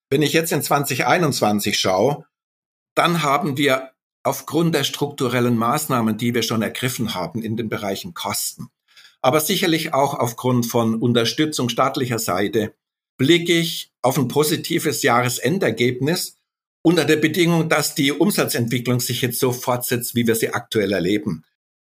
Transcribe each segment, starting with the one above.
Wenn ich jetzt in 2021 schaue, dann haben wir aufgrund der strukturellen Maßnahmen, die wir schon ergriffen haben in den Bereichen Kosten, aber sicherlich auch aufgrund von Unterstützung staatlicher Seite, blicke ich auf ein positives Jahresendergebnis unter der Bedingung, dass die Umsatzentwicklung sich jetzt so fortsetzt, wie wir sie aktuell erleben.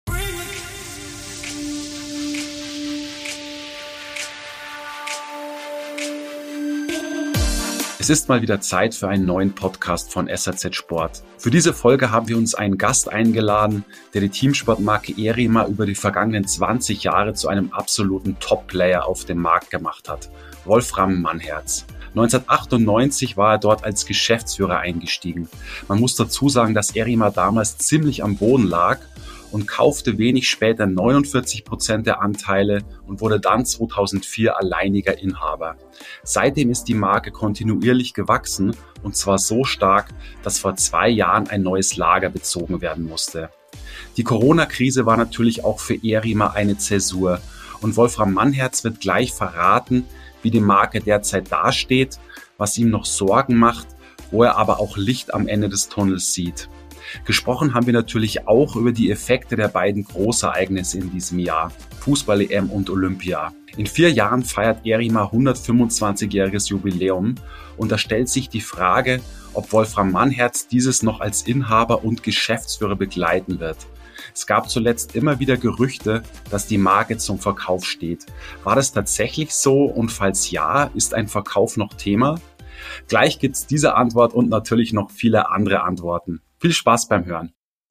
Es ist mal wieder Zeit für einen neuen Podcast von SAZ Sport. Für diese Folge haben wir uns einen Gast eingeladen, der die Teamsportmarke ERIMA über die vergangenen 20 Jahre zu einem absoluten Top-Player auf dem Markt gemacht hat. Wolfram Mannherz. 1998 war er dort als Geschäftsführer eingestiegen. Man muss dazu sagen, dass ERIMA damals ziemlich am Boden lag und kaufte wenig später 49% der Anteile und wurde dann 2004 alleiniger Inhaber. Seitdem ist die Marke kontinuierlich gewachsen und zwar so stark, dass vor 2 Jahren ein neues Lager bezogen werden musste. Die Corona-Krise war natürlich auch für ERIMA eine Zäsur und Wolfram Mannherz wird gleich verraten, wie die Marke derzeit dasteht, was ihm noch Sorgen macht, wo er aber auch Licht am Ende des Tunnels sieht. Gesprochen haben wir natürlich auch über die Effekte der beiden Großereignisse in diesem Jahr, Fußball-EM und Olympia. In 4 Jahren feiert ERIMA 125-jähriges Jubiläum und da stellt sich die Frage, ob Wolfram Mannherz dieses noch als Inhaber und Geschäftsführer begleiten wird. Es gab zuletzt immer wieder Gerüchte, dass die Marke zum Verkauf steht. War das tatsächlich so und falls ja, ist ein Verkauf noch Thema? Gleich gibt's diese Antwort und natürlich noch viele andere Antworten. Viel Spaß beim Hören.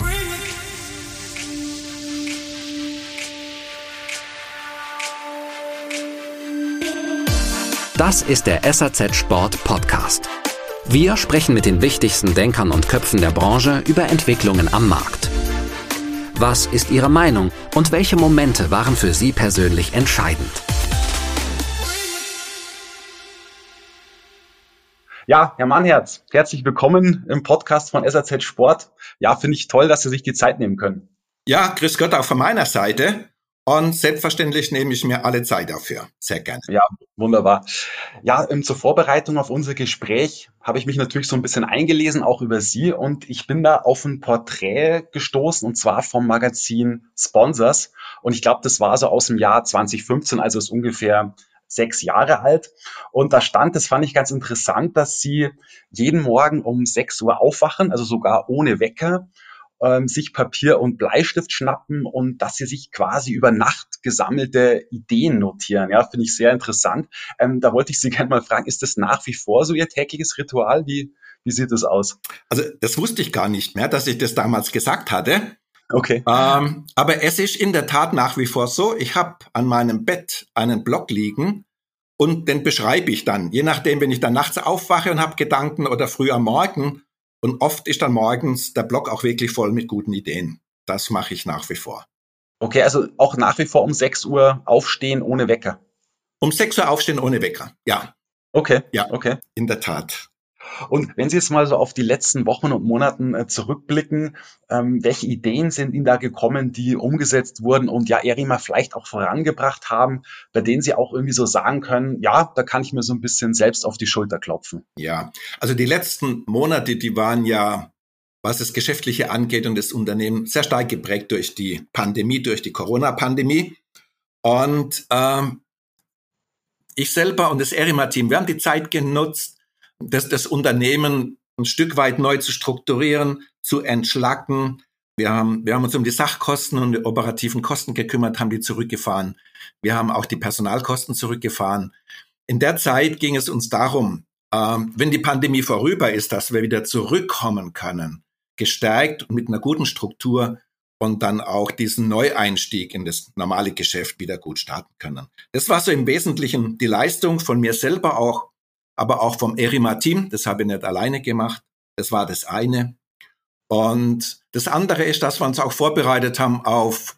Das ist der SAZ Sport Podcast. Wir sprechen mit den wichtigsten Denkern und Köpfen der Branche über Entwicklungen am Markt. Was ist Ihre Meinung und welche Momente waren für Sie persönlich entscheidend? Ja, Herr Mannherz, herzlich willkommen im Podcast von SAZ Sport. Ja, finde ich toll, dass Sie sich die Zeit nehmen können. Ja, grüß Gott auch von meiner Seite. Und selbstverständlich nehme ich mir alle Zeit dafür. Sehr gerne. Ja, wunderbar. Ja, zur Vorbereitung auf unser Gespräch habe ich mich natürlich so ein bisschen eingelesen, auch über Sie. Und ich bin da auf ein Porträt gestoßen, und zwar vom Magazin Sponsors. Und ich glaube, das war so aus dem Jahr 2015, also ist ungefähr 6 Jahre alt. Und da stand, das fand ich ganz interessant, dass Sie jeden Morgen um 6 Uhr aufwachen, also sogar ohne Wecker, sich Papier und Bleistift schnappen und dass Sie sich quasi über Nacht gesammelte Ideen notieren. Ja, finde ich sehr interessant. Da wollte ich Sie gerne mal fragen, ist das nach wie vor so Ihr tägliches Ritual? Wie sieht das aus? Also das wusste ich gar nicht mehr, dass ich das damals gesagt hatte. Okay. Aber es ist in der Tat nach wie vor so, ich habe an meinem Bett einen Block liegen und den beschreibe ich dann, je nachdem, wenn ich dann nachts aufwache und habe Gedanken oder früh am Morgen. Und oft ist dann morgens der Block auch wirklich voll mit guten Ideen. Das mache ich nach wie vor. Okay, also auch nach wie vor um 6 Uhr aufstehen ohne Wecker? Um 6 Uhr aufstehen ohne Wecker, ja. Okay, ja, okay. In der Tat. Und wenn Sie jetzt mal so auf die letzten Wochen und Monaten zurückblicken, welche Ideen sind Ihnen da gekommen, die umgesetzt wurden und ja ERIMA vielleicht auch vorangebracht haben, bei denen Sie auch irgendwie so sagen können, ja, da kann ich mir so ein bisschen selbst auf die Schulter klopfen? Ja, also die letzten Monate, die waren ja, was das Geschäftliche angeht und das Unternehmen, sehr stark geprägt durch die Pandemie, durch die Corona-Pandemie. Und ich selber und das ERIMA-Team, wir haben die Zeit genutzt, das Unternehmen ein Stück weit neu zu strukturieren, zu entschlacken. Wir haben uns um die Sachkosten und die operativen Kosten gekümmert, haben die zurückgefahren. Wir haben auch die Personalkosten zurückgefahren. In der Zeit ging es uns darum, wenn die Pandemie vorüber ist, dass wir wieder zurückkommen können, gestärkt und mit einer guten Struktur und dann auch diesen Neueinstieg in das normale Geschäft wieder gut starten können. Das war so im Wesentlichen die Leistung von mir selber auch, aber auch vom ERIMA-Team. Das habe ich nicht alleine gemacht. Das war das eine. Und das andere ist, dass wir uns auch vorbereitet haben auf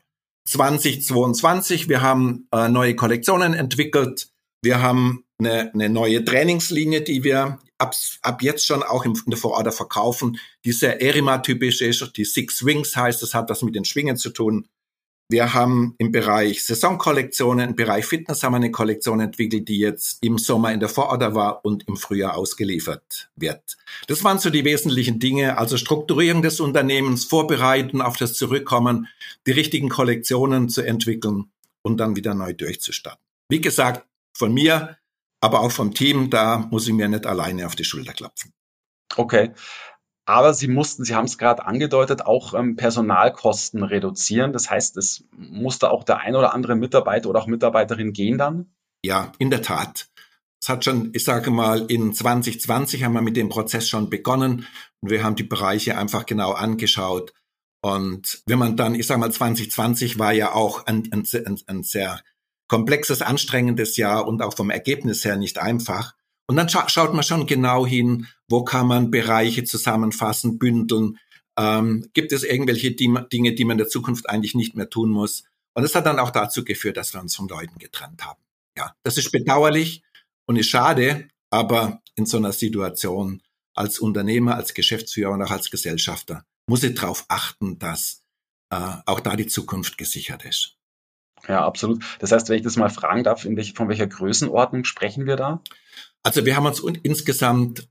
2022. Wir haben neue Kollektionen entwickelt. Wir haben eine neue Trainingslinie, die wir ab jetzt schon auch in der Vororder verkaufen, die sehr ERIMA-typisch ist. Die Six Wings heißt, das hat was mit den Schwingen zu tun. Wir haben im Bereich Saisonkollektionen, im Bereich Fitness haben wir eine Kollektion entwickelt, die jetzt im Sommer in der Vororder war und im Frühjahr ausgeliefert wird. Das waren so die wesentlichen Dinge, also Strukturierung des Unternehmens, Vorbereiten auf das Zurückkommen, die richtigen Kollektionen zu entwickeln und dann wieder neu durchzustarten. Wie gesagt, von mir, aber auch vom Team, da muss ich mir nicht alleine auf die Schulter klopfen. Okay. Aber Sie haben es gerade angedeutet, auch Personalkosten reduzieren. Das heißt, es musste auch der ein oder andere Mitarbeiter oder auch Mitarbeiterin gehen dann? Ja, in der Tat. Es hat schon, ich sage mal, in 2020 haben wir mit dem Prozess schon begonnen und wir haben die Bereiche einfach genau angeschaut. Und wenn man dann, ich sage mal, 2020 war ja auch ein sehr komplexes, anstrengendes Jahr und auch vom Ergebnis her nicht einfach. Und dann schaut man schon genau hin, wo kann man Bereiche zusammenfassen, bündeln. Gibt es irgendwelche Dinge, die man in der Zukunft eigentlich nicht mehr tun muss? Und das hat dann auch dazu geführt, dass wir uns von Leuten getrennt haben. Ja, das ist bedauerlich und ist schade, aber in so einer Situation als Unternehmer, als Geschäftsführer und auch als Gesellschafter muss ich darauf achten, dass auch da die Zukunft gesichert ist. Ja, absolut. Das heißt, wenn ich das mal fragen darf, von welcher Größenordnung sprechen wir da? Also wir haben uns insgesamt,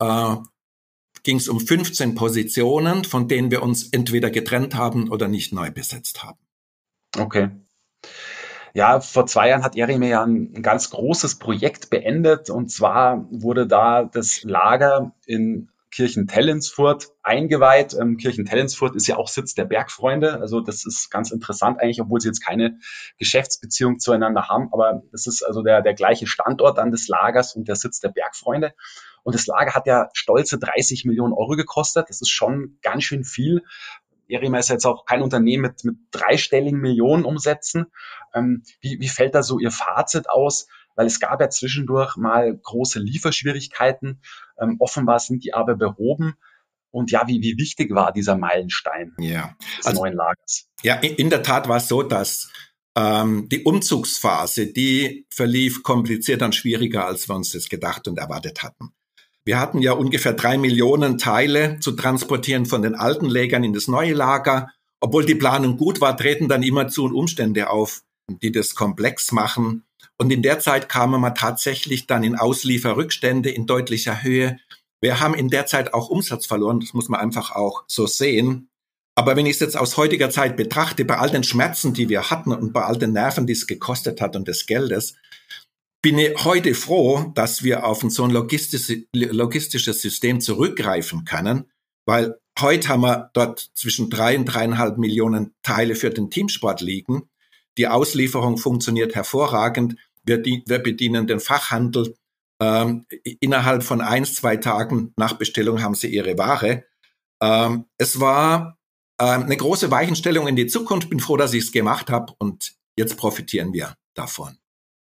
ging es um 15 Positionen, von denen wir uns entweder getrennt haben oder nicht neu besetzt haben. Okay. Ja, vor 2 Jahren hat Erimar ja ein ganz großes Projekt beendet. Und zwar wurde da das Lager in Kirchentellensfurt eingeweiht. Kirchentellensfurt ist ja auch Sitz der Bergfreunde. Also das ist ganz interessant eigentlich, obwohl sie jetzt keine Geschäftsbeziehung zueinander haben. Aber das ist also der gleiche Standort an des Lagers und der Sitz der Bergfreunde. Und das Lager hat ja stolze 30 Millionen Euro gekostet. Das ist schon ganz schön viel. Erimar ist jetzt auch kein Unternehmen mit dreistelligen Millionenumsätzen. Wie fällt da so Ihr Fazit aus? Weil es gab ja zwischendurch mal große Lieferschwierigkeiten. Offenbar sind die aber behoben. Und ja, wie wichtig war dieser Meilenstein des neuen Lagers? Ja, in der Tat war es so, dass die Umzugsphase, die verlief komplizierter und schwieriger, als wir uns das gedacht und erwartet hatten. Wir hatten ja ungefähr 3 Millionen Teile zu transportieren von den alten Lägern in das neue Lager. Obwohl die Planung gut war, treten dann immer zu Umstände auf, die das komplex machen. Und in der Zeit kamen wir tatsächlich dann in Auslieferrückstände in deutlicher Höhe. Wir haben in der Zeit auch Umsatz verloren, das muss man einfach auch so sehen. Aber wenn ich es jetzt aus heutiger Zeit betrachte, bei all den Schmerzen, die wir hatten und bei all den Nerven, die es gekostet hat und des Geldes, bin ich heute froh, dass wir auf so ein logistisches System zurückgreifen können, weil heute haben wir dort zwischen 3 und 3,5 Millionen Teile für den Teamsport liegen. Die Auslieferung funktioniert hervorragend. Wir bedienen den Fachhandel. Innerhalb von 1-2 Tagen nach Bestellung haben sie ihre Ware. Es war eine große Weichenstellung in die Zukunft. Bin froh, dass ich es gemacht habe und jetzt profitieren wir davon.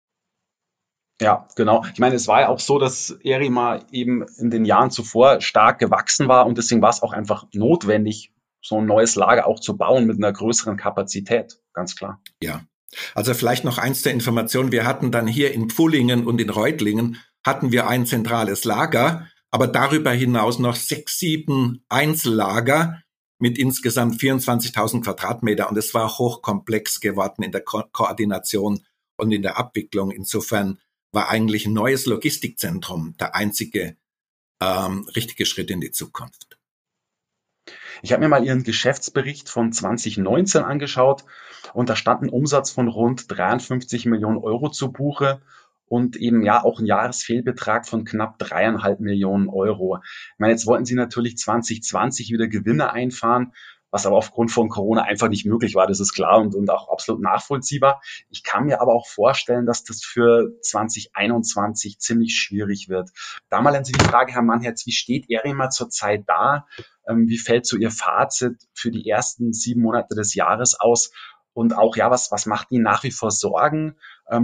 Ja, genau. Ich meine, es war ja auch so, dass Erimar eben in den Jahren zuvor stark gewachsen war und deswegen war es auch einfach notwendig, so ein neues Lager auch zu bauen mit einer größeren Kapazität, ganz klar. Ja, also vielleicht noch eins zur Information. Wir hatten dann hier in Pfullingen und in Reutlingen hatten wir ein zentrales Lager, aber darüber hinaus noch 6, 7 Einzellager mit insgesamt 24.000 Quadratmeter und es war hochkomplex geworden in der Koordination und in der Abwicklung. Insofern war eigentlich ein neues Logistikzentrum der einzige richtige Schritt in die Zukunft. Ich habe mir mal Ihren Geschäftsbericht von 2019 angeschaut und da stand ein Umsatz von rund 53 Millionen Euro zu Buche und eben ja auch ein Jahresfehlbetrag von knapp 3,5 Millionen Euro. Ich meine, jetzt wollten Sie natürlich 2020 wieder Gewinne einfahren, was aber aufgrund von Corona einfach nicht möglich war, das ist klar und auch absolut nachvollziehbar. Ich kann mir aber auch vorstellen, dass das für 2021 ziemlich schwierig wird. Da mal an Sie die Frage, Herr Mannherz, wie steht Erimar zurzeit da? Wie fällt so Ihr Fazit für die ersten 7 Monate des Jahres aus? Und auch, ja, was macht Ihnen nach wie vor Sorgen?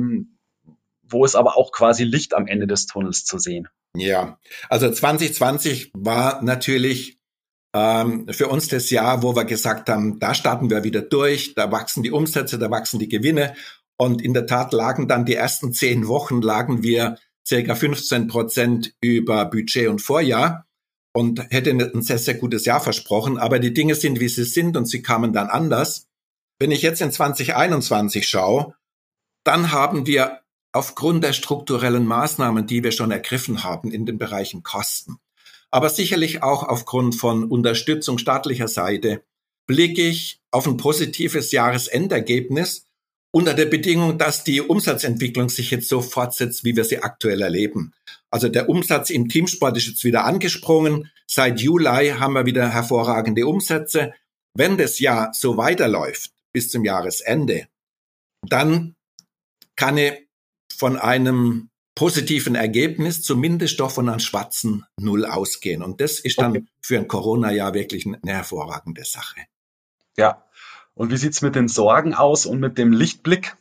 Wo ist aber auch quasi Licht am Ende des Tunnels zu sehen? Ja, also 2020 war natürlich für uns das Jahr, wo wir gesagt haben, da starten wir wieder durch, da wachsen die Umsätze, da wachsen die Gewinne. Und in der Tat lagen dann die ersten 10 Wochen, lagen wir ca. 15% über Budget und Vorjahr und hätte ein sehr, sehr gutes Jahr versprochen. Aber die Dinge sind, wie sie sind und sie kamen dann anders. wenn ich jetzt in 2021 schaue, dann haben wir aufgrund der strukturellen Maßnahmen, die wir schon ergriffen haben in den Bereichen Kosten, aber sicherlich auch aufgrund von Unterstützung staatlicher Seite, blicke ich auf ein positives Jahresendergebnis unter der Bedingung, dass die Umsatzentwicklung sich jetzt so fortsetzt, wie wir sie aktuell erleben. Also der Umsatz im Teamsport ist jetzt wieder angesprungen. Seit Juli haben wir wieder hervorragende Umsätze. Wenn das Jahr so weiterläuft bis zum Jahresende, dann kann ich von einem positiven Ergebnis zumindest doch von einem schwarzen Null ausgehen. Und das ist dann für ein Corona-Jahr wirklich eine hervorragende Sache. Ja. Und wie sieht's mit den Sorgen aus und mit dem Lichtblick?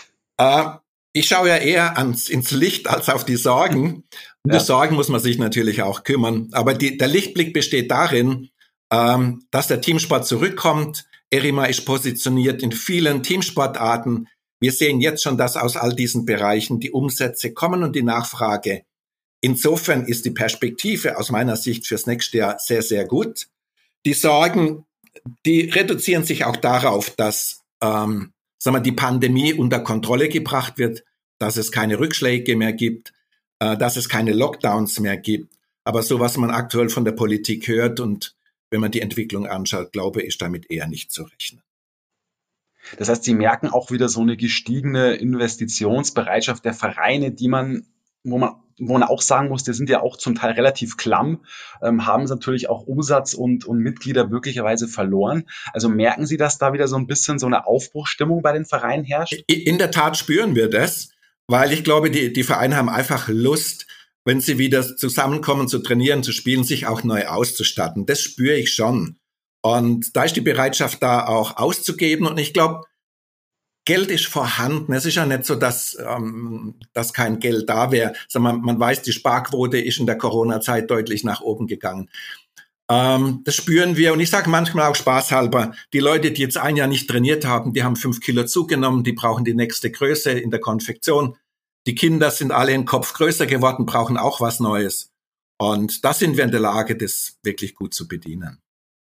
Ich schaue ja eher ins Licht als auf die Sorgen. Um die Sorgen muss man sich natürlich auch kümmern. Aber der Lichtblick besteht darin, dass der Teamsport zurückkommt. ERIMA ist positioniert in vielen Teamsportarten. Wir sehen jetzt schon, dass aus all diesen Bereichen die Umsätze kommen und die Nachfrage. Insofern ist die Perspektive aus meiner Sicht fürs nächste Jahr sehr, sehr gut. Die Sorgen, die reduzieren sich auch darauf, dass die Pandemie unter Kontrolle gebracht wird, dass es keine Rückschläge mehr gibt, dass es keine Lockdowns mehr gibt. Aber so, was man aktuell von der Politik hört und wenn man die Entwicklung anschaut, glaube ich, ist damit eher nicht zu rechnen. Das heißt, Sie merken auch wieder so eine gestiegene Investitionsbereitschaft der Vereine, wo man auch sagen muss, die sind ja auch zum Teil relativ klamm, haben natürlich auch Umsatz und Mitglieder möglicherweise verloren. Also merken Sie, dass da wieder so ein bisschen so eine Aufbruchsstimmung bei den Vereinen herrscht? In der Tat spüren wir das, weil ich glaube, die Vereine haben einfach Lust, wenn sie wieder zusammenkommen, zu trainieren, zu spielen, sich auch neu auszustatten. Das spüre ich schon. Und da ist die Bereitschaft da auch auszugeben. Und ich glaube, Geld ist vorhanden. Es ist ja nicht so, dass kein Geld da wäre. Man weiß, die Sparquote ist in der Corona-Zeit deutlich nach oben gegangen. Das spüren wir. Und ich sage manchmal auch spaßhalber, die Leute, die jetzt ein Jahr nicht trainiert haben, die haben 5 Kilo zugenommen, die brauchen die nächste Größe in der Konfektion. Die Kinder sind alle im Kopf größer geworden, brauchen auch was Neues. Und da sind wir in der Lage, das wirklich gut zu bedienen.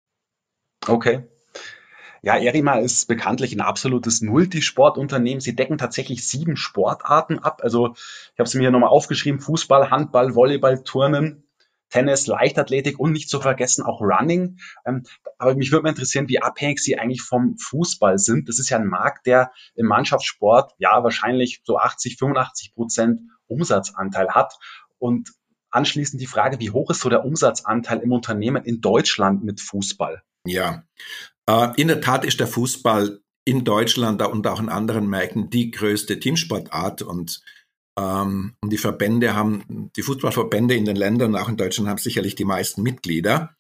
Okay. Ja, ERIMA ist bekanntlich ein absolutes Multisportunternehmen. Sie decken tatsächlich 7 Sportarten ab. Also ich habe es mir hier nochmal aufgeschrieben: Fußball, Handball, Volleyball, Turnen, Tennis, Leichtathletik und nicht zu vergessen auch Running. Aber mich würde mal interessieren, wie abhängig Sie eigentlich vom Fußball sind. Das ist ja ein Markt, der im Mannschaftssport ja wahrscheinlich so 80-85% Umsatzanteil hat. Und anschließend die Frage, wie hoch ist so der Umsatzanteil im Unternehmen in Deutschland mit Fußball? Ja, in der Tat ist der Fußball in Deutschland und auch in anderen Märkten die größte Teamsportart und die Fußballverbände in den Ländern, auch in Deutschland, haben sicherlich die meisten Mitglieder.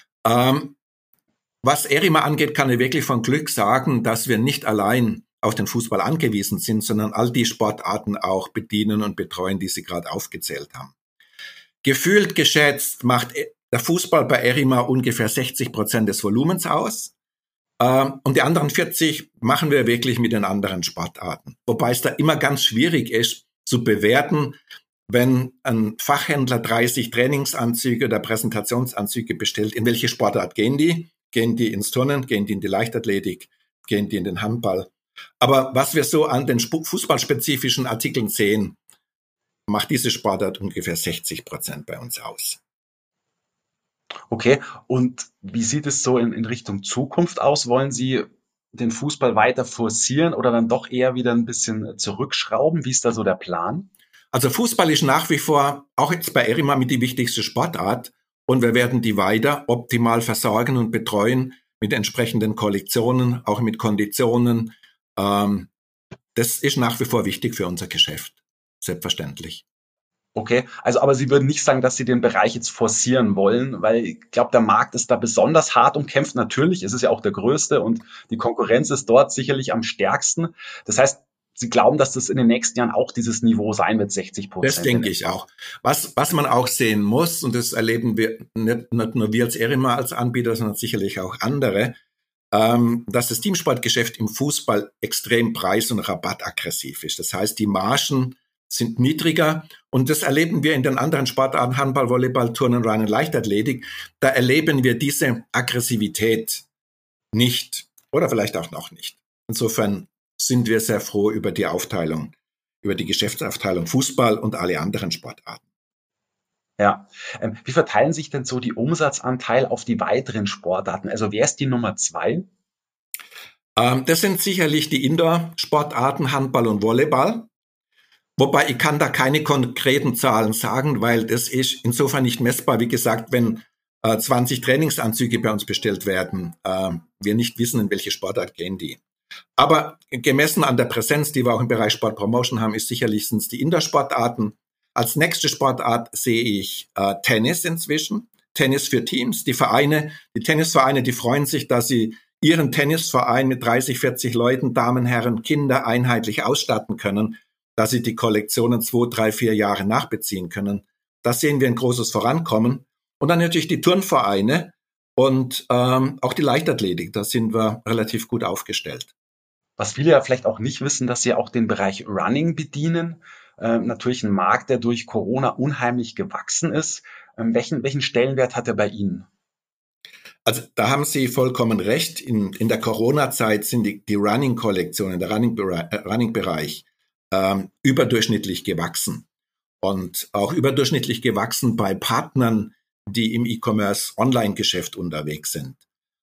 Was ERIMA angeht, kann ich wirklich von Glück sagen, dass wir nicht allein auf den Fußball angewiesen sind, sondern all die Sportarten auch bedienen und betreuen, die Sie gerade aufgezählt haben. Gefühlt geschätzt macht der Fußball bei ERIMA ungefähr 60% des Volumens aus. Und die anderen 40 machen wir wirklich mit den anderen Sportarten. Wobei es da immer ganz schwierig ist zu bewerten, wenn ein Fachhändler 30 Trainingsanzüge oder Präsentationsanzüge bestellt, in welche Sportart gehen die? Gehen die ins Turnen? Gehen die in die Leichtathletik? Gehen die in den Handball? Aber was wir so an den fußballspezifischen Artikeln sehen, macht diese Sportart ungefähr 60% bei uns aus. Okay, und wie sieht es so in Richtung Zukunft aus? Wollen Sie den Fußball weiter forcieren oder dann doch eher wieder ein bisschen zurückschrauben? Wie ist da so der Plan? Also Fußball ist nach wie vor, auch jetzt bei ERIMA, mit die wichtigste Sportart und wir werden die weiter optimal versorgen und betreuen mit entsprechenden Kollektionen, auch mit Konditionen. Das ist nach wie vor wichtig für unser Geschäft, selbstverständlich. Okay, also aber Sie würden nicht sagen, dass Sie den Bereich jetzt forcieren wollen, weil ich glaube, der Markt ist da besonders hart umkämpft. Natürlich, es ist ja auch der größte und die Konkurrenz ist dort sicherlich am stärksten. Das heißt, Sie glauben, dass das in den nächsten Jahren auch dieses Niveau sein wird, 60%? Das denke ich auch. Was man auch sehen muss, und das erleben wir nicht nur wir als ERIMA als Anbieter, sondern sicherlich auch andere, dass das Teamsportgeschäft im Fußball extrem preis- und rabattaggressiv ist. Das heißt, die Margen sind niedriger und das erleben wir in den anderen Sportarten, Handball, Volleyball, Turnen, Rennen, Leichtathletik. Da erleben wir diese Aggressivität nicht oder vielleicht auch noch nicht. Insofern sind wir sehr froh über die Aufteilung, über die Geschäftsaufteilung Fußball und alle anderen Sportarten. Ja. Wie verteilen sich denn so die Umsatzanteil auf die weiteren Sportarten? Also wer ist die Nummer 2? Das sind sicherlich die Indoor-Sportarten Handball und Volleyball. Wobei ich kann da keine konkreten Zahlen sagen, weil das ist insofern nicht messbar. Wie gesagt, wenn 20 Trainingsanzüge bei uns bestellt werden, wir nicht wissen, in welche Sportart gehen die. Aber gemessen an der Präsenz, die wir auch im Bereich Sportpromotion haben, ist sicherlich sind es die Indoor-Sportarten. Als nächste Sportart sehe ich Tennis inzwischen. Tennis für Teams. Die Tennisvereine, die freuen sich, dass sie ihren Tennisverein mit 30, 40 Leuten, Damen, Herren, Kinder einheitlich ausstatten können, dass sie die Kollektionen 2, 3, 4 Jahre nachbeziehen können. Da sehen wir ein großes Vorankommen. Und dann natürlich die Turnvereine und auch die Leichtathletik. Da sind wir relativ gut aufgestellt. Was viele ja vielleicht auch nicht wissen, dass sie auch den Bereich Running bedienen. Natürlich ein Markt, der durch Corona unheimlich gewachsen ist. Welchen Stellenwert hat er bei Ihnen? Also da haben Sie vollkommen recht. In der Corona-Zeit sind die Running-Kollektionen, der Running-Bereich überdurchschnittlich gewachsen. Und auch überdurchschnittlich gewachsen bei Partnern, die im E-Commerce Online-Geschäft unterwegs sind.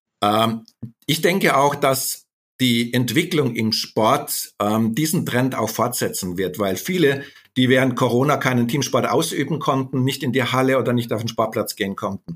Ich denke auch, dass die Entwicklung im Sport diesen Trend auch fortsetzen wird, weil viele, die während Corona keinen Teamsport ausüben konnten, nicht in die Halle oder nicht auf den Sportplatz gehen konnten,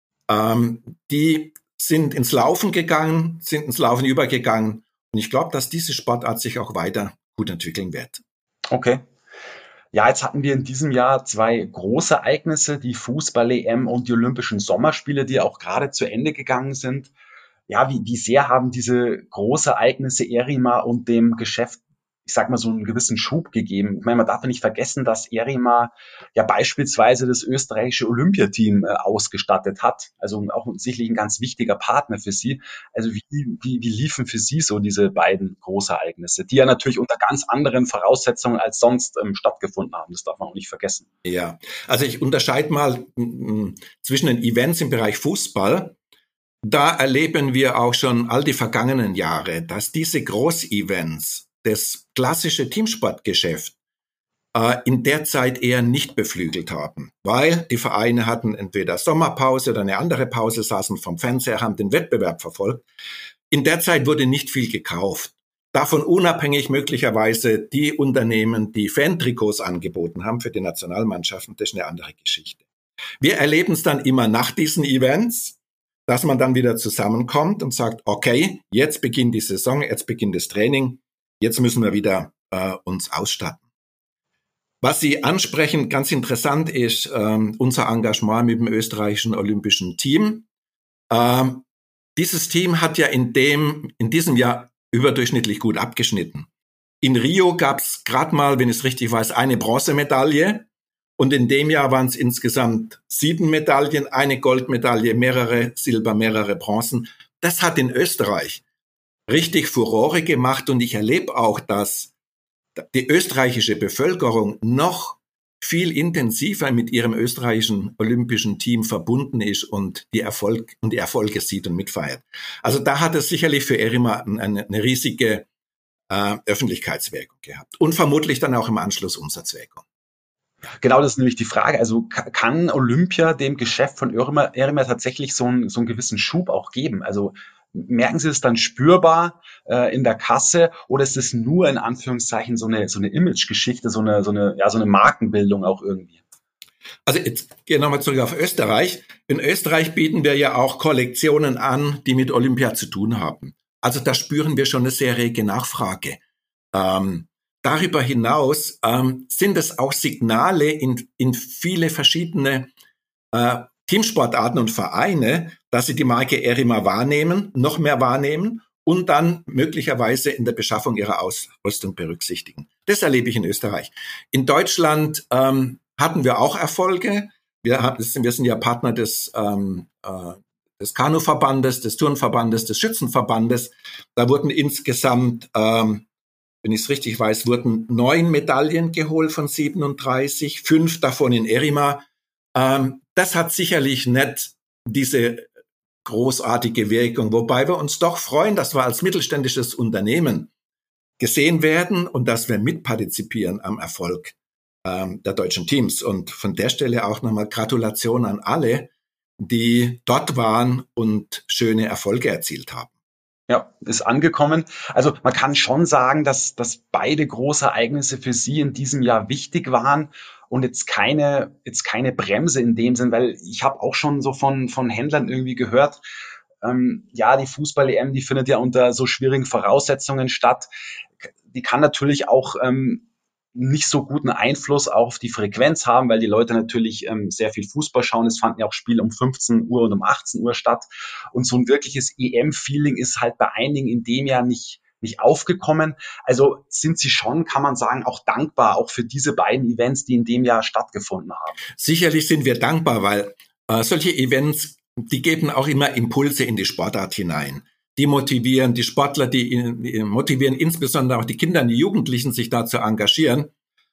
die sind ins Laufen gegangen, sind ins Laufen übergegangen. Und ich glaube, dass diese Sportart sich auch weiter gut entwickeln wird. Okay. Ja, jetzt hatten wir in diesem Jahr 2 große Ereignisse, die Fußball-EM und die Olympischen Sommerspiele, die auch gerade zu Ende gegangen sind. Ja, wie sehr haben diese großen Ereignisse Erima und dem Geschäft, ich sag mal, so einen gewissen Schub gegeben? Ich meine, man darf ja nicht vergessen, dass Erima ja beispielsweise das österreichische Olympiateam ausgestattet hat. Also auch sicherlich ein ganz wichtiger Partner für Sie. Also wie liefen für Sie so diese beiden Großereignisse, die ja natürlich unter ganz anderen Voraussetzungen als sonst stattgefunden haben? Das darf man auch nicht vergessen. Ja, also ich unterscheide mal zwischen den Events im Bereich Fußball. Da erleben wir auch schon all die vergangenen Jahre, dass diese Großevents, das klassische Teamsportgeschäft, in der Zeit eher nicht beflügelt haben, weil die Vereine hatten entweder Sommerpause oder eine andere Pause, saßen vom Fernseher, haben den Wettbewerb verfolgt. In der Zeit wurde nicht viel gekauft. Davon unabhängig möglicherweise die Unternehmen, die Fan-Trikots angeboten haben für die Nationalmannschaften, das ist eine andere Geschichte. Wir erleben es dann immer nach diesen Events, dass man dann wieder zusammenkommt und sagt, okay, jetzt beginnt die Saison, jetzt beginnt das Training, jetzt müssen wir wieder uns ausstatten. Was Sie ansprechen, ganz interessant ist unser Engagement mit dem österreichischen Olympischen Team. Dieses Team hat ja in diesem Jahr überdurchschnittlich gut abgeschnitten. In Rio gab es gerade mal, wenn ich es richtig weiß, eine Bronzemedaille. Und in dem Jahr waren es insgesamt 7 Medaillen, eine Goldmedaille, mehrere Silber, mehrere Bronzen. Das hat in Österreich richtig Furore gemacht und ich erlebe auch, dass die österreichische Bevölkerung noch viel intensiver mit ihrem österreichischen olympischen Team verbunden ist und die Erfolge sieht und mitfeiert. Also da hat es sicherlich für Erima eine riesige Öffentlichkeitswirkung gehabt und vermutlich dann auch im Anschluss Umsatzwirkung. Genau, das ist nämlich die Frage. Also kann Olympia dem Geschäft von Erima tatsächlich so einen gewissen Schub auch geben? Also merken Sie es dann spürbar in der Kasse oder ist es nur in Anführungszeichen so eine Imagegeschichte, so eine Markenbildung auch irgendwie? Also jetzt gehen wir nochmal zurück auf Österreich. In Österreich bieten wir ja auch Kollektionen an, die mit Olympia zu tun haben. Also da spüren wir schon eine sehr rege Nachfrage. Darüber hinaus sind es auch Signale in viele verschiedene Teamsportarten und Vereine, dass sie die Marke Erima wahrnehmen, noch mehr wahrnehmen und dann möglicherweise in der Beschaffung ihrer Ausrüstung berücksichtigen. Das erlebe ich in Österreich. In Deutschland hatten wir auch Erfolge. Wir sind ja Partner des Kanuverbandes, des Turnverbandes, des Schützenverbandes. Da wurden insgesamt wenn ich es richtig weiß, wurden 9 Medaillen geholt von 37, 5 davon in Erima. Das hat sicherlich nicht diese großartige Wirkung, wobei wir uns doch freuen, dass wir als mittelständisches Unternehmen gesehen werden und dass wir mitpartizipieren am Erfolg der deutschen Teams. Und von der Stelle auch nochmal Gratulation an alle, die dort waren und schöne Erfolge erzielt haben. Ja, ist angekommen. Also man kann schon sagen, dass beide große Ereignisse für Sie in diesem Jahr wichtig waren und jetzt keine Bremse in dem Sinn, weil ich habe auch schon so von Händlern irgendwie gehört, ja, die Fußball-EM, die findet ja unter so schwierigen Voraussetzungen statt. Die kann natürlich auch nicht so guten Einfluss auf die Frequenz haben, weil die Leute natürlich sehr viel Fußball schauen. Es fanden ja auch Spiele um 15 Uhr und um 18 Uhr statt. Und so ein wirkliches EM-Feeling ist halt bei einigen in dem Jahr nicht aufgekommen. Also sind Sie schon, kann man sagen, auch dankbar, auch für diese beiden Events, die in dem Jahr stattgefunden haben? Sicherlich sind wir dankbar, weil solche Events, die geben auch immer Impulse in die Sportart hinein. Die motivieren die Sportler, die motivieren insbesondere auch die Kinder und die Jugendlichen, sich da zu engagieren.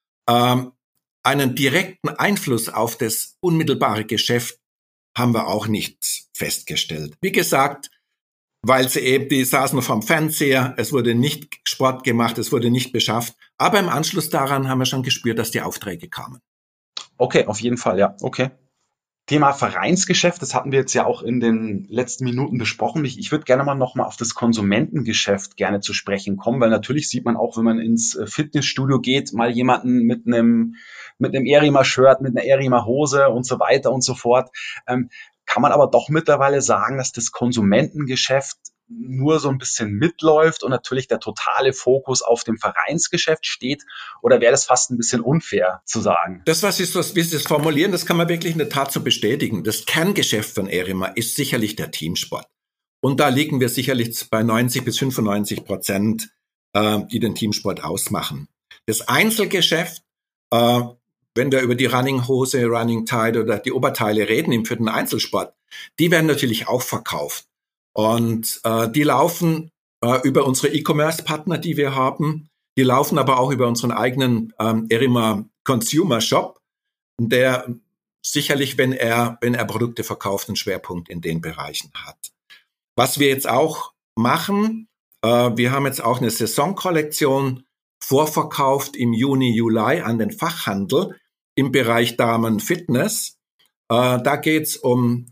Einen direkten Einfluss auf das unmittelbare Geschäft haben wir auch nicht festgestellt. Wie gesagt, weil die saßen vorm Fernseher, es wurde nicht Sport gemacht, es wurde nicht beschafft. Aber im Anschluss daran haben wir schon gespürt, dass die Aufträge kamen. Okay, auf jeden Fall, ja, okay. Thema Vereinsgeschäft, das hatten wir jetzt ja auch in den letzten Minuten besprochen. Ich würde gerne mal nochmal auf das Konsumentengeschäft gerne zu sprechen kommen, weil natürlich sieht man auch, wenn man ins Fitnessstudio geht, mal jemanden mit einem Erima-Shirt, mit einer Erima-Hose und so weiter und so fort. Kann man aber doch mittlerweile sagen, dass das Konsumentengeschäft nur so ein bisschen mitläuft und natürlich der totale Fokus auf dem Vereinsgeschäft steht? Oder wäre das fast ein bisschen unfair zu sagen? Das, wie Sie es formulieren, das kann man wirklich in der Tat so bestätigen. Das Kerngeschäft von Erima ist sicherlich der Teamsport. Und da liegen wir sicherlich bei 90-95%, die den Teamsport ausmachen. Das Einzelgeschäft, wenn wir über die Running Hose, Running Tide oder die Oberteile reden für den Einzelsport, die werden natürlich auch verkauft. Und die laufen über unsere E-Commerce-Partner, die wir haben. Die laufen aber auch über unseren eigenen Erima Consumer Shop, der sicherlich, wenn er Produkte verkauft, einen Schwerpunkt in den Bereichen hat. Was wir jetzt auch machen, wir haben jetzt auch eine Saisonkollektion vorverkauft im Juni, Juli an den Fachhandel im Bereich Damen-Fitness. Da geht's um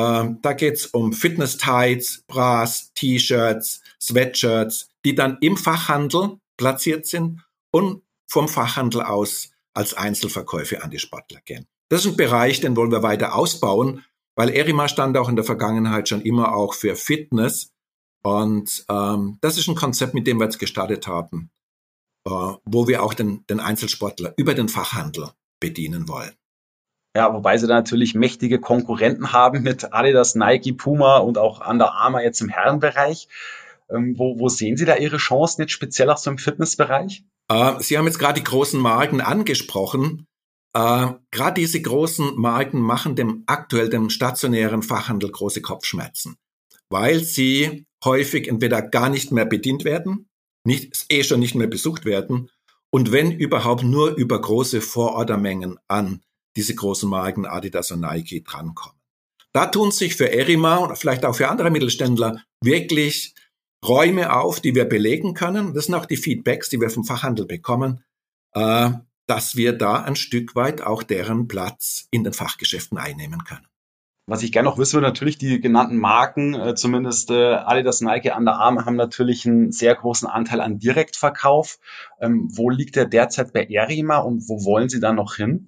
Fitness-Tights, Bras, T-Shirts, Sweatshirts, die dann im Fachhandel platziert sind und vom Fachhandel aus als Einzelverkäufe an die Sportler gehen. Das ist ein Bereich, den wollen wir weiter ausbauen, weil Erima stand auch in der Vergangenheit schon immer auch für Fitness. Und das ist ein Konzept, mit dem wir jetzt gestartet haben, wo wir auch den Einzelsportler über den Fachhandel bedienen wollen. Ja, wobei sie da natürlich mächtige Konkurrenten haben mit Adidas, Nike, Puma und auch Under Armour jetzt im Herrenbereich. Wo sehen Sie da Ihre Chancen jetzt speziell auch so im Fitnessbereich? Sie haben jetzt gerade die großen Marken angesprochen. Gerade diese großen Marken machen aktuell dem stationären Fachhandel große Kopfschmerzen, weil sie häufig entweder gar nicht mehr bedient werden, schon nicht mehr besucht werden und wenn überhaupt nur über große Vorordermengen an diese großen Marken Adidas und Nike drankommen. Da tun sich für Erima und vielleicht auch für andere Mittelständler wirklich Räume auf, die wir belegen können. Das sind auch die Feedbacks, die wir vom Fachhandel bekommen, dass wir da ein Stück weit auch deren Platz in den Fachgeschäften einnehmen können. Was ich gerne noch wissen würde, natürlich die genannten Marken, zumindest Adidas, Nike, Under Armour, haben natürlich einen sehr großen Anteil an Direktverkauf. Wo liegt der derzeit bei Erima und wo wollen Sie da noch hin?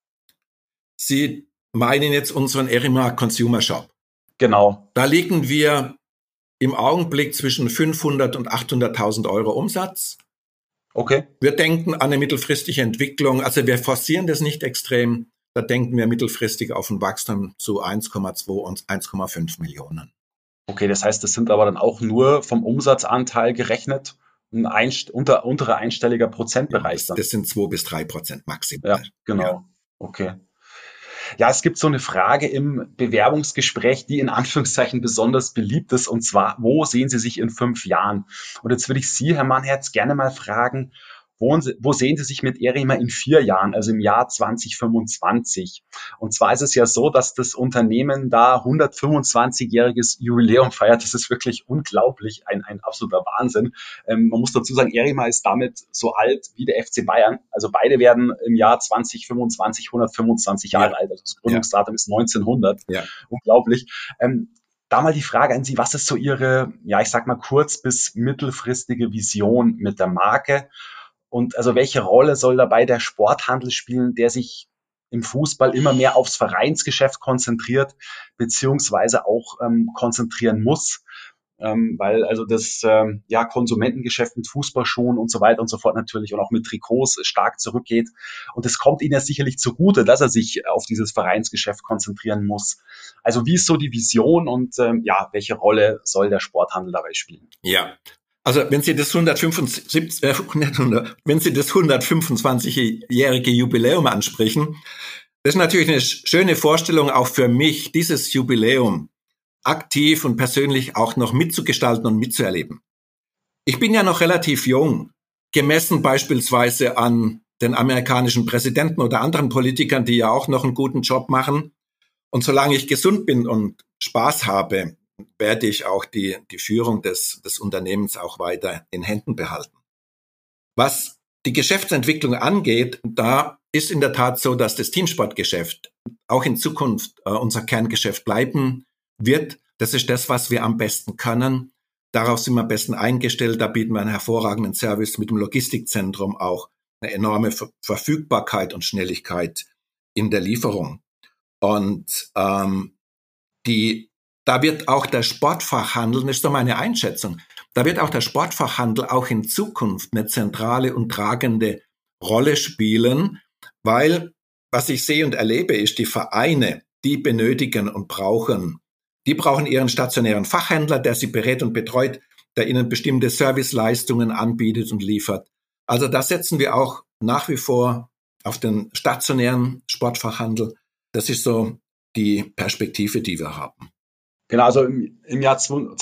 Sie meinen jetzt unseren Erima Consumer Shop. Genau. Da liegen wir im Augenblick zwischen 500 und 800.000 Euro Umsatz. Okay. Wir denken an eine mittelfristige Entwicklung. Also wir forcieren das nicht extrem. Da denken wir mittelfristig auf ein Wachstum zu 1,2 und 1,5 Millionen. Okay, das heißt, das sind aber dann auch nur vom Umsatzanteil gerechnet ein unterer einstelliger Prozentbereich. Ja, das sind 2-3% maximal. Ja, genau. Ja. Okay. Ja, es gibt so eine Frage im Bewerbungsgespräch, die in Anführungszeichen besonders beliebt ist, und zwar, wo sehen Sie sich in 5 Jahren? Und jetzt würde ich Sie, Herr Mannherz, gerne mal fragen, wo sehen Sie sich mit Erima in 4 Jahren, also im Jahr 2025? Und zwar ist es ja so, dass das Unternehmen da 125-jähriges Jubiläum feiert. Das ist wirklich unglaublich, ein absoluter Wahnsinn. Man muss dazu sagen, Erima ist damit so alt wie der FC Bayern. Also beide werden im Jahr 2025 125 Jahre alt. Also das Gründungsdatum ist 1900. Ja. Unglaublich. Da mal die Frage an Sie, was ist so Ihre, ja, ich sag mal kurz- bis mittelfristige Vision mit der Marke? Und also welche Rolle soll dabei der Sporthandel spielen, der sich im Fußball immer mehr aufs Vereinsgeschäft konzentriert, beziehungsweise auch konzentrieren muss? Weil also das Konsumentengeschäft mit Fußballschuhen und so weiter und so fort natürlich und auch mit Trikots stark zurückgeht. Und es kommt Ihnen ja sicherlich zugute, dass er sich auf dieses Vereinsgeschäft konzentrieren muss. Also wie ist so die Vision und welche Rolle soll der Sporthandel dabei spielen? Ja, also wenn Sie das 125-jährige Jubiläum ansprechen, das ist natürlich eine schöne Vorstellung auch für mich, dieses Jubiläum aktiv und persönlich auch noch mitzugestalten und mitzuerleben. Ich bin ja noch relativ jung, gemessen beispielsweise an den amerikanischen Präsidenten oder anderen Politikern, die ja auch noch einen guten Job machen. Und solange ich gesund bin und Spaß habe, werde ich auch die Führung des Unternehmens auch weiter in Händen behalten. Was die Geschäftsentwicklung angeht, da ist in der Tat so, dass das Teamsportgeschäft auch in Zukunft unser Kerngeschäft bleiben wird. Das ist das, was wir am besten können. Darauf sind wir am besten eingestellt. Da bieten wir einen hervorragenden Service mit dem Logistikzentrum, auch eine enorme Verfügbarkeit und Schnelligkeit in der Lieferung. Und da wird auch der Sportfachhandel, das ist so meine Einschätzung, da wird auch der Sportfachhandel auch in Zukunft eine zentrale und tragende Rolle spielen, weil was ich sehe und erlebe, ist, die Vereine, die benötigen und brauchen ihren stationären Fachhändler, der sie berät und betreut, der ihnen bestimmte Serviceleistungen anbietet und liefert. Also da setzen wir auch nach wie vor auf den stationären Sportfachhandel. Das ist so die Perspektive, die wir haben. Genau, also im Jahr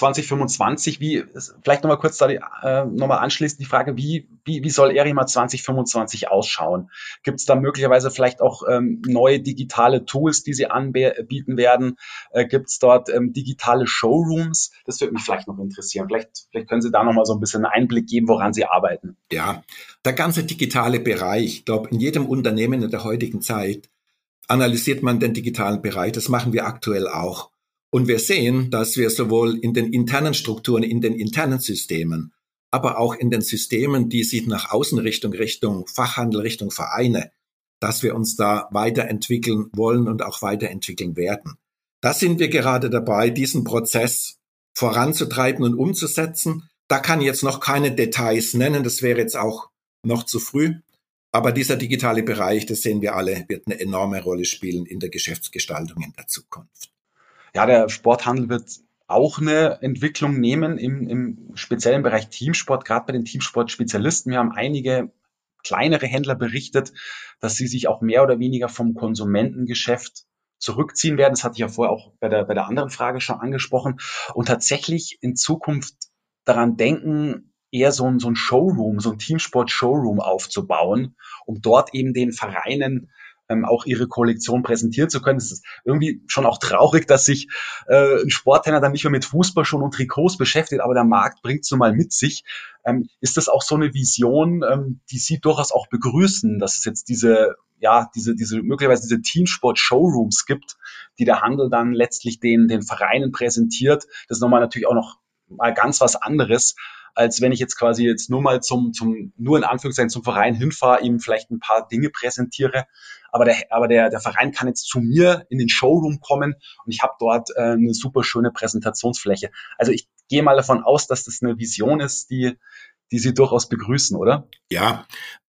2025, vielleicht nochmal kurz da nochmal anschließend die Frage, wie soll Erima 2025 ausschauen? Gibt es da möglicherweise vielleicht auch neue digitale Tools, die Sie anbieten werden? Gibt es dort digitale Showrooms? Das würde mich vielleicht noch interessieren. Vielleicht können Sie da nochmal so ein bisschen einen Einblick geben, woran Sie arbeiten. Ja, der ganze digitale Bereich, ich glaube, in jedem Unternehmen in der heutigen Zeit analysiert man den digitalen Bereich. Das machen wir aktuell auch. Und wir sehen, dass wir sowohl in den internen Strukturen, in den internen Systemen, aber auch in den Systemen, die sich nach außen Richtung Fachhandel, Richtung Vereine, dass wir uns da weiterentwickeln wollen und auch weiterentwickeln werden. Da sind wir gerade dabei, diesen Prozess voranzutreiben und umzusetzen. Da kann ich jetzt noch keine Details nennen, das wäre jetzt auch noch zu früh. Aber dieser digitale Bereich, das sehen wir alle, wird eine enorme Rolle spielen in der Geschäftsgestaltung in der Zukunft. Ja, der Sporthandel wird auch eine Entwicklung nehmen im speziellen Bereich Teamsport, gerade bei den Teamsportspezialisten. Wir haben einige kleinere Händler berichtet, dass sie sich auch mehr oder weniger vom Konsumentengeschäft zurückziehen werden. Das hatte ich ja vorher auch bei der anderen Frage schon angesprochen. Und tatsächlich in Zukunft daran denken, eher so ein Showroom, so ein Teamsport-Showroom aufzubauen, um dort eben den Vereinen auch ihre Kollektion präsentieren zu können. Es ist irgendwie schon auch traurig, dass sich ein Sporthändler dann nicht mehr mit Fußballschuhen und Trikots beschäftigt, aber der Markt bringt es nun mal mit sich. Ist das auch so eine Vision, die Sie durchaus auch begrüßen, dass es jetzt diese möglicherweise diese Teamsport-Showrooms gibt, die der Handel dann letztlich den Vereinen präsentiert? Das ist nochmal natürlich auch noch mal ganz was anderes, als wenn ich jetzt quasi jetzt nur mal nur in Anführungszeichen zum Verein hinfahre, ihm vielleicht ein paar Dinge präsentiere. Aber der Verein kann jetzt zu mir in den Showroom kommen und ich habe dort eine super schöne Präsentationsfläche. Also ich gehe mal davon aus, dass das eine Vision ist, die Sie durchaus begrüßen, oder? Ja,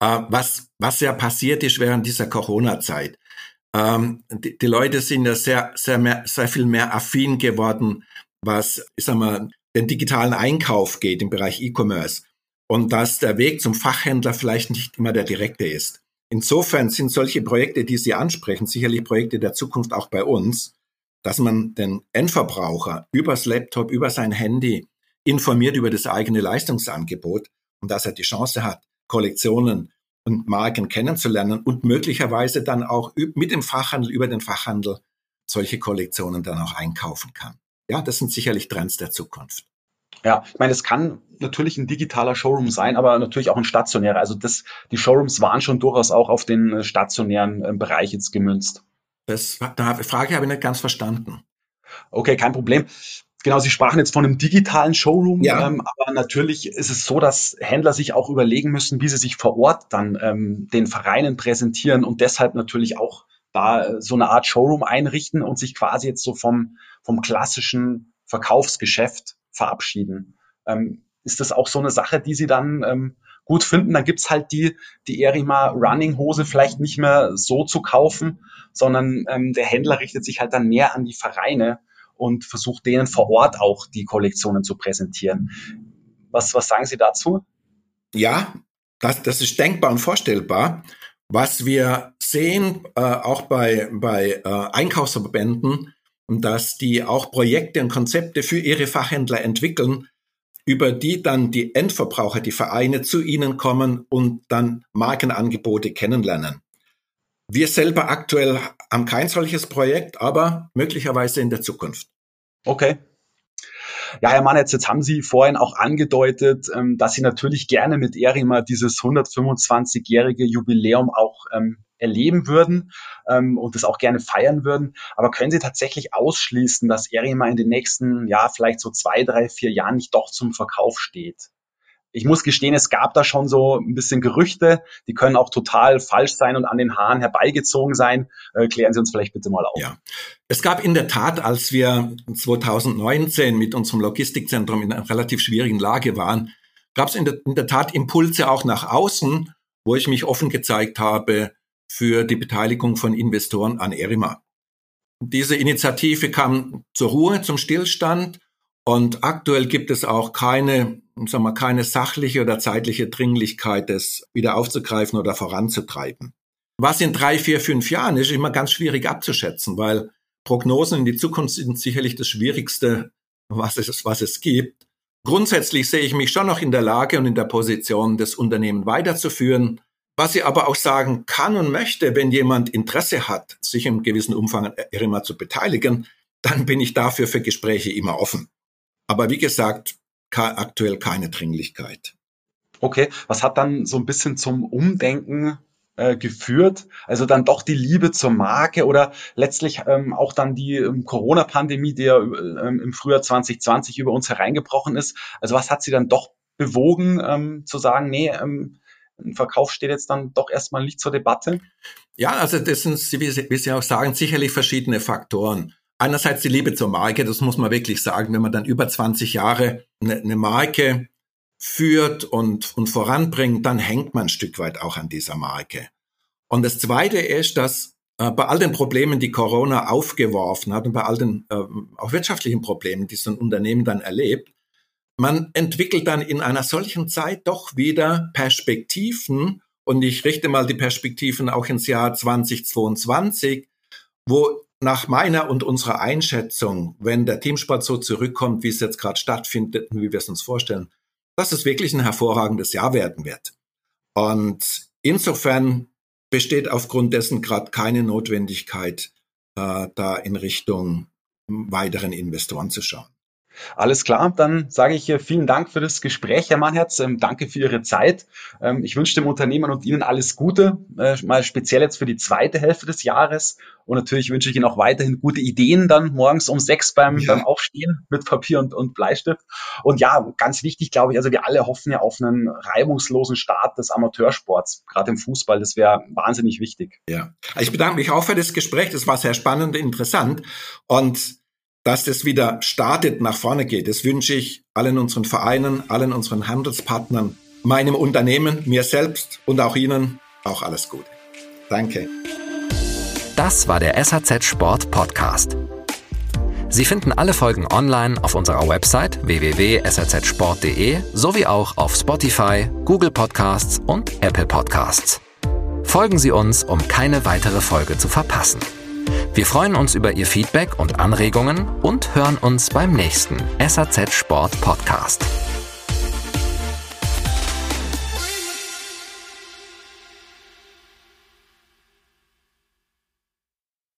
was ja passiert ist während dieser Corona-Zeit. Die Leute sind ja sehr viel mehr affin geworden, was, ich sag mal, den digitalen Einkauf geht im Bereich E-Commerce und dass der Weg zum Fachhändler vielleicht nicht immer der direkte ist. Insofern sind solche Projekte, die Sie ansprechen, sicherlich Projekte der Zukunft auch bei uns, dass man den Endverbraucher übers Laptop, über sein Handy informiert über das eigene Leistungsangebot und dass er die Chance hat, Kollektionen und Marken kennenzulernen und möglicherweise dann auch mit dem Fachhandel, über den Fachhandel solche Kollektionen dann auch einkaufen kann. Ja, das sind sicherlich Trends der Zukunft. Ja, ich meine, es kann natürlich ein digitaler Showroom sein, aber natürlich auch ein stationärer. Also die Showrooms waren schon durchaus auch auf den stationären Bereich jetzt gemünzt. Die Frage habe ich nicht ganz verstanden. Okay, kein Problem. Genau, Sie sprachen jetzt von einem digitalen Showroom, ja. Aber natürlich ist es so, dass Händler sich auch überlegen müssen, wie sie sich vor Ort dann den Vereinen präsentieren und deshalb natürlich auch da so eine Art Showroom einrichten und sich quasi jetzt so vom klassischen Verkaufsgeschäft verabschieden. Ist das auch so eine Sache, die Sie dann gut finden? Dann gibt's halt die Erima Running Hose vielleicht nicht mehr so zu kaufen, sondern der Händler richtet sich halt dann mehr an die Vereine und versucht denen vor Ort auch die Kollektionen zu präsentieren. Was sagen Sie dazu? Ja, das ist denkbar und vorstellbar. Was wir sehen, auch bei Einkaufsverbänden, dass die auch Projekte und Konzepte für ihre Fachhändler entwickeln, über die dann die Endverbraucher, die Vereine zu ihnen kommen und dann Markenangebote kennenlernen. Wir selber aktuell haben kein solches Projekt, aber möglicherweise in der Zukunft. Okay. Ja, Herr Mann, jetzt haben Sie vorhin auch angedeutet, dass Sie natürlich gerne mit Erima dieses 125-jährige Jubiläum auch erleben würden und das auch gerne feiern würden. Aber können Sie tatsächlich ausschließen, dass Erima in den nächsten, vielleicht so 2, 3, 4 Jahren nicht doch zum Verkauf steht? Ich muss gestehen, es gab da schon so ein bisschen Gerüchte, die können auch total falsch sein und an den Haaren herbeigezogen sein. Klären Sie uns vielleicht bitte mal auf. Ja, es gab in der Tat, als wir 2019 mit unserem Logistikzentrum in einer relativ schwierigen Lage waren, gab es in der Tat Impulse auch nach außen, wo ich mich offen gezeigt habe für die Beteiligung von Investoren an Erima. Diese Initiative kam zur Ruhe, zum Stillstand und aktuell gibt es auch keine sachliche oder zeitliche Dringlichkeit, das wieder aufzugreifen oder voranzutreiben. Was in 3, 4, 5 Jahren ist immer ganz schwierig abzuschätzen, weil Prognosen in die Zukunft sind sicherlich das Schwierigste, was es gibt. Grundsätzlich sehe ich mich schon noch in der Lage und in der Position, das Unternehmen weiterzuführen. Was ich aber auch sagen kann und möchte, wenn jemand Interesse hat, sich im gewissen Umfang an Erima zu beteiligen, dann bin ich dafür für Gespräche immer offen. Aber wie gesagt, aktuell keine Dringlichkeit. Okay, was hat dann so ein bisschen zum Umdenken geführt? Also dann doch die Liebe zur Marke oder letztlich auch dann die Corona-Pandemie, die ja im Frühjahr 2020 über uns hereingebrochen ist. Also was hat Sie dann doch bewogen, zu sagen, nee, ein Verkauf steht jetzt dann doch erstmal nicht zur Debatte? Ja, also das sind, wie Sie auch sagen, sicherlich verschiedene Faktoren. Einerseits die Liebe zur Marke, das muss man wirklich sagen, wenn man dann über 20 Jahre eine Marke führt und voranbringt, dann hängt man ein Stück weit auch an dieser Marke. Und das Zweite ist, dass bei all den Problemen, die Corona aufgeworfen hat und bei all den auch wirtschaftlichen Problemen, die so ein Unternehmen dann erlebt, man entwickelt dann in einer solchen Zeit doch wieder Perspektiven, und ich richte mal die Perspektiven auch ins Jahr 2022, wo nach meiner und unserer Einschätzung, wenn der Teamsport so zurückkommt, wie es jetzt gerade stattfindet und wie wir es uns vorstellen, dass es wirklich ein hervorragendes Jahr werden wird. Und insofern besteht aufgrund dessen gerade keine Notwendigkeit, da in Richtung weiteren Investoren zu schauen. Alles klar, dann sage ich vielen Dank für das Gespräch, Herr Mannherz. Danke für Ihre Zeit. Ich wünsche dem Unternehmen und Ihnen alles Gute, mal speziell jetzt für die zweite Hälfte des Jahres. Und natürlich wünsche ich Ihnen auch weiterhin gute Ideen dann morgens um 6 beim Aufstehen mit Papier und Bleistift. Und ja, ganz wichtig, glaube ich, also wir alle hoffen ja auf einen reibungslosen Start des Amateursports, gerade im Fußball. Das wäre wahnsinnig wichtig. Ja, ich bedanke mich auch für das Gespräch. Das war sehr spannend und interessant. Und dass das wieder startet, nach vorne geht, das wünsche ich allen unseren Vereinen, allen unseren Handelspartnern, meinem Unternehmen, mir selbst und auch Ihnen auch alles Gute. Danke. Das war der SAZ Sport Podcast. Sie finden alle Folgen online auf unserer Website www.sazsport.de sowie auch auf Spotify, Google Podcasts und Apple Podcasts. Folgen Sie uns, um keine weitere Folge zu verpassen. Wir freuen uns über Ihr Feedback und Anregungen und hören uns beim nächsten SAZ Sport Podcast.